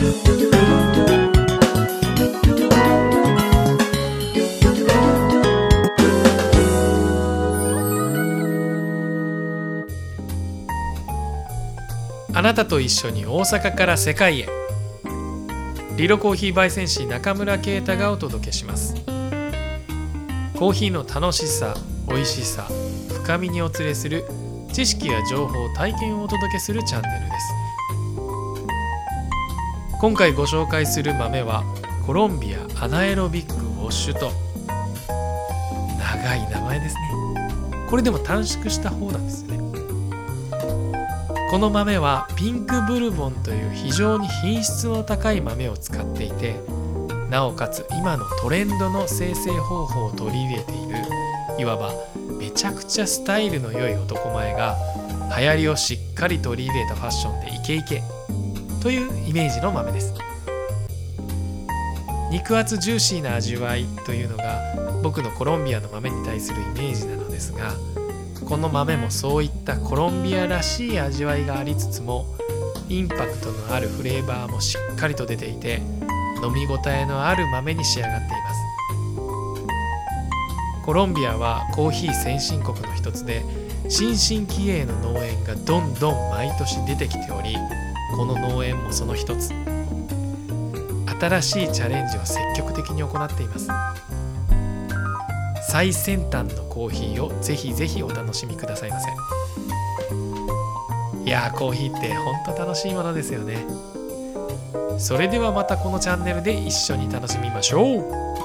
あなたと一緒に大阪から世界へ。リロコーヒー焙煎士中村啓太がお届けします。コーヒーの楽しさ、美味しさ、深みにお連れする知識や情報、体験をお届けするチャンネルです。今回ご紹介する豆はコロンビアアナエロビックウォッシュと。長い名前ですね。これでも短縮した方なんですよね。この豆はピンクブルボンという非常に品質の高い豆を使っていて、なおかつ今のトレンドの精製方法を取り入れている、いわばめちゃくちゃスタイルの良い男前が流行りをしっかり取り入れたファッションでイケイケというイメージの豆です。肉厚ジューシーな味わいというのが僕のコロンビアの豆に対するイメージなのですが、この豆もそういったコロンビアらしい味わいがありつつも、インパクトのあるフレーバーもしっかりと出ていて、飲み応えのある豆に仕上がっています。コロンビアはコーヒー先進国の一つで、新進気鋭の農園がどんどん毎年出てきており、この農園もその一つ。新しいチャレンジを積極的に行っています。最先端のコーヒーをぜひぜひお楽しみくださいませ。いやー、コーヒーってほんと楽しいものですよね。それではまたこのチャンネルで一緒に楽しみましょう。